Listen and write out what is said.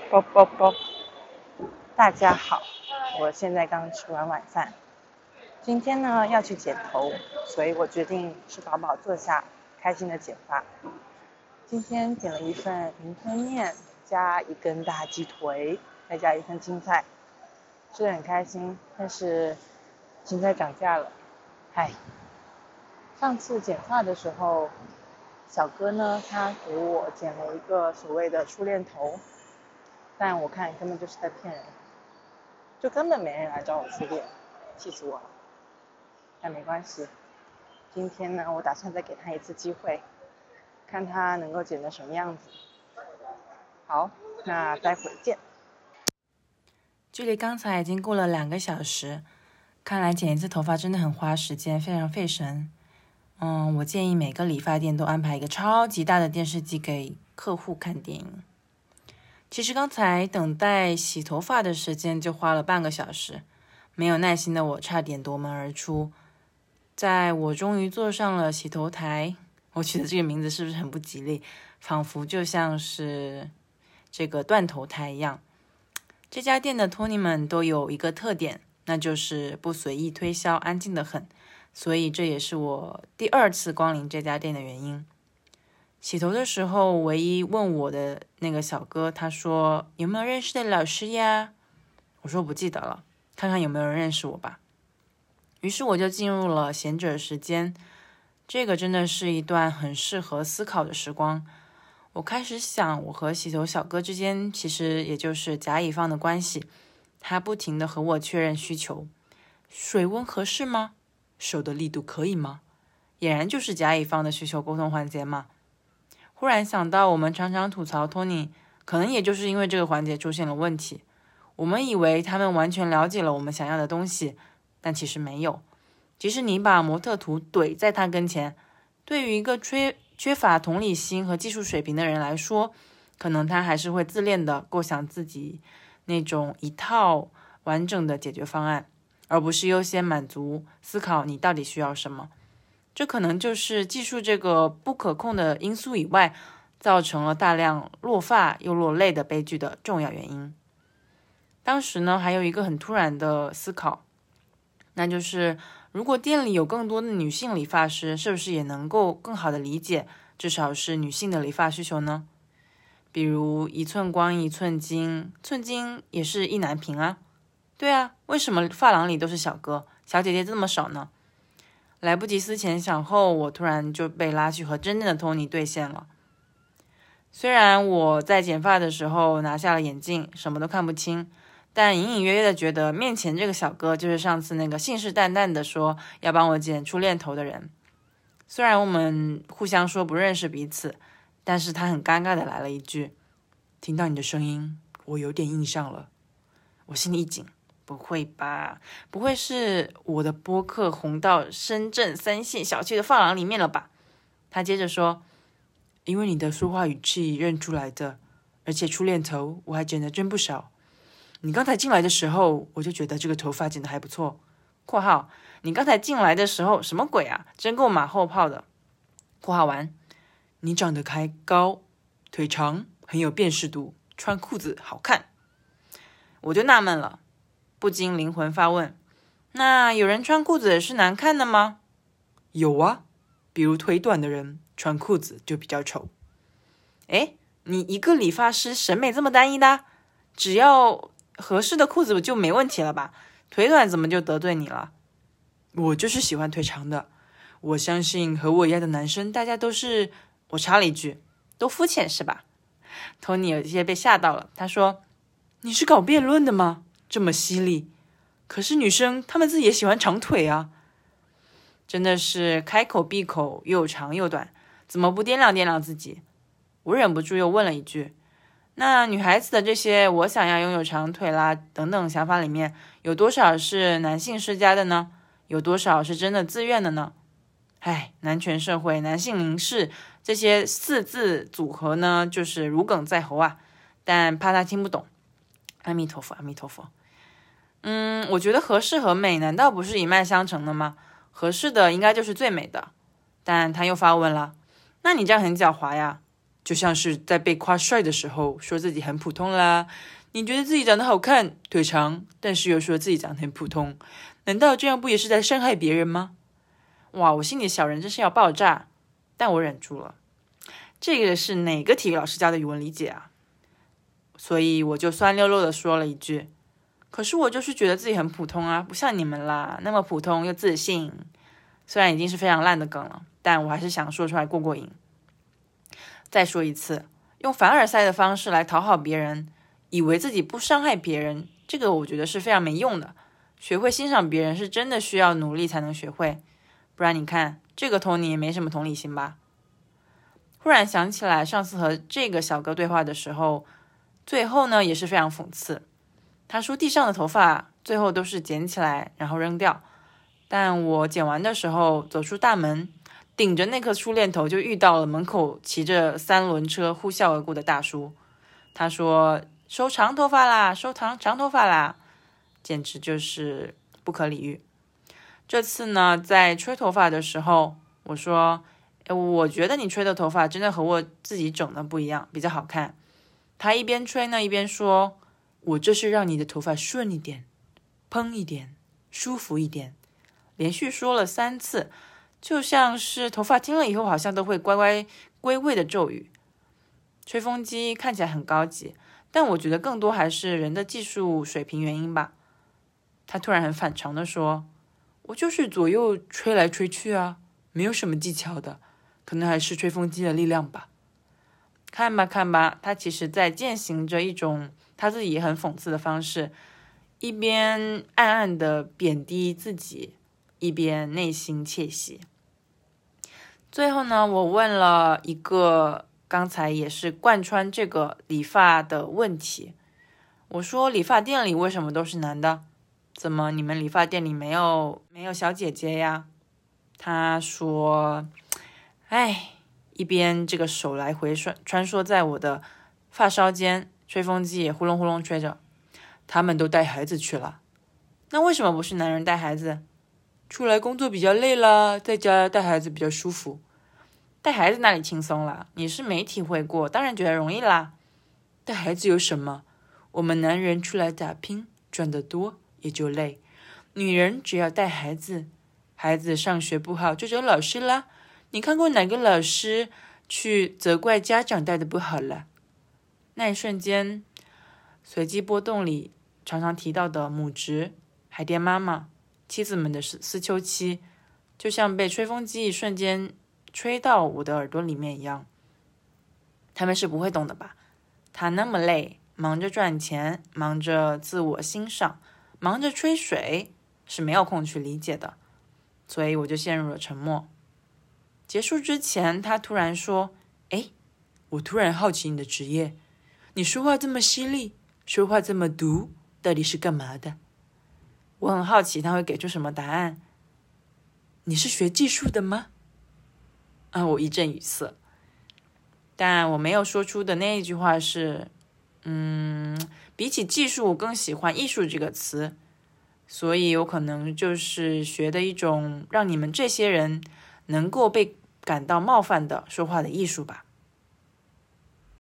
啵啵啵，大家好，我现在刚吃完晚饭，今天呢要去剪头，所以我决定吃饱饱坐下，开心的剪发。今天点了一份云吞面，加一根大鸡腿，再加一份青菜，吃得很开心。但是青菜涨价了，上次剪发的时候，小哥呢他给我剪了一个所谓的初恋头，但我看根本就是在骗人，就根本没人来找我初恋，气死我了。但没关系，今天呢我打算再给他一次机会，看他能够剪得什么样子。好，那待会儿见。 距离刚才已经过了2个小时，看来剪一次头发真的很花时间，非常费神。我建议每个理发店都安排一个超级大的电视机给客户看电影。其实刚才等待洗头发的时间就花了半个小时，没有耐心的我差点夺门而出。在我终于坐上了洗头台，我取的这个名字是不是很不吉利？仿佛就像是这个断头台一样。这家店的托尼们都有一个特点，那就是不随意推销，安静得很，所以这也是我第2次光临这家店的原因。洗头的时候，唯一问我的那个小哥，他说有没有认识的老师呀？我说不记得了，看看有没有人认识我吧。于是我就进入了闲者时间，这个真的是一段很适合思考的时光。我开始想，我和洗头小哥之间其实也就是甲乙方的关系，他不停地和我确认需求，水温合适吗？手的力度可以吗？俨然就是甲乙方的需求沟通环节嘛。忽然想到，我们常常吐槽 Tony， 可能也就是因为这个环节出现了问题。我们以为他们完全了解了我们想要的东西，但其实没有。即使你把模特图怼在他跟前，对于一个缺乏同理心和技术水平的人来说，可能他还是会自恋的构想自己那种一套完整的解决方案，而不是优先满足思考你到底需要什么。这可能就是技术这个不可控的因素以外，造成了大量落发又落泪的悲剧的重要原因。当时呢，还有一个很突然的思考，那就是如果店里有更多的女性理发师，是不是也能够更好的理解至少是女性的理发需求呢？比如一寸光一寸金，寸金也是意难平啊。对啊，为什么发廊里都是小哥，小姐姐这么少呢？来不及思前想后，我突然就被拉去和真正的 Tony 对线了。虽然我在剪发的时候拿下了眼镜，什么都看不清，但隐隐约约的觉得面前这个小哥就是上次那个信誓旦旦的说要帮我剪初恋头的人。虽然我们互相说不认识彼此，但是他很尴尬的来了一句：听到你的声音，我有点印象了。我心里一紧，不会吧？不会是我的播客红到深圳3线小区的发廊里面了吧？他接着说，因为你的说话语气认出来的，而且初恋头我还剪得真不少。你刚才进来的时候，我就觉得这个头发剪得还不错。（括号你刚才进来的时候什么鬼啊？真够马后炮的。）（括号完）你长得还高，腿长，很有辨识度，穿裤子好看。我就纳闷了，不禁灵魂发问，那有人穿裤子是难看的吗？有啊，比如腿短的人穿裤子就比较丑。诶，你一个理发师审美这么单一的？只要合适的裤子就没问题了吧？腿短怎么就得罪你了？我就是喜欢腿长的。我相信和我一样的男生大家都是……我插了一句，都肤浅是吧？ Tony 有些被吓到了，他说，你是搞辩论的吗？这么犀利。可是女生她们自己也喜欢长腿啊。真的是开口闭口又长又短，怎么不掂量掂量自己？我忍不住又问了一句，那女孩子的这些我想要拥有长腿啦等等想法里面，有多少是男性施加的呢？有多少是真的自愿的呢？男权社会，男性凝视，这些4字组合呢，就是如鲠在喉啊，但怕他听不懂。阿弥陀佛，阿弥陀佛。我觉得合适和美难道不是一脉相承的吗？合适的应该就是最美的。但他又发问了，那你这样很狡猾呀。 就像是在被夸帅的时候，说自己很普通啦。你觉得自己长得好看，腿长，但是又说自己长得很普通，难道这样不也是在伤害别人吗？哇，我心里小人真是要爆炸，但我忍住了。这个是哪个体育老师教的语文理解啊？所以我就酸溜溜的说了一句，可是我就是觉得自己很普通啊，不像你们啦，那么普通又自信。虽然已经是非常烂的梗了，但我还是想说出来过过瘾。再说一次，用凡尔赛的方式来讨好别人，以为自己不伤害别人，这个我觉得是非常没用的。学会欣赏别人是真的需要努力才能学会，不然你看这个Tony也没什么同理心吧。忽然想起来上次和这个小哥对话的时候，最后呢也是非常讽刺。他说地上的头发最后都是捡起来然后扔掉，但我剪完的时候走出大门，顶着那颗初恋头就遇到了门口骑着3轮车呼啸而过的大叔。他说收长头发啦，收长头发啦，简直就是不可理喻。这次呢在吹头发的时候，我说我觉得你吹的头发真的和我自己整的不一样，比较好看。他一边吹呢一边说，我这是让你的头发顺一点，蓬一点，舒服一点，连续说了3次，就像是头发听了以后好像都会乖乖归位的咒语。吹风机看起来很高级，但我觉得更多还是人的技术水平原因吧。他突然很反常的说，我就是左右吹来吹去啊，没有什么技巧的，可能还是吹风机的力量吧。看吧看吧，他其实在践行着一种他自己也很讽刺的方式，一边暗暗的贬低自己，一边内心窃喜。最后呢，我问了一个刚才也是贯穿这个理发的问题，我说理发店里为什么都是男的？怎么你们理发店里没有小姐姐呀？他说，一边这个手来回穿梭在我的发梢间，吹风机也呼隆呼隆吹着。他们都带孩子去了，那为什么不是男人带孩子？出来工作比较累啦，在家带孩子比较舒服。带孩子哪里轻松啦？你是没体会过，当然觉得容易啦。带孩子有什么？我们男人出来打拼，赚得多也就累。女人只要带孩子，孩子上学不好就找老师啦。你看过哪个老师去责怪家长带的不好了？那一瞬间，随机波动里常常提到的母职、海淀妈妈、妻子们的思秋期，就像被吹风机一瞬间吹到我的耳朵里面一样。他们是不会懂的吧？他那么累，忙着赚钱，忙着自我欣赏，忙着吹水，是没有空去理解的。所以我就陷入了沉默。结束之前，他突然说，我突然好奇你的职业，你说话这么犀利，说话这么毒，到底是干嘛的？我很好奇他会给出什么答案。你是学技术的吗？我一阵语塞。但我没有说出的那一句话是，比起技术，我更喜欢艺术这个词，所以有可能就是学的一种让你们这些人能够被感到冒犯的说话的艺术吧。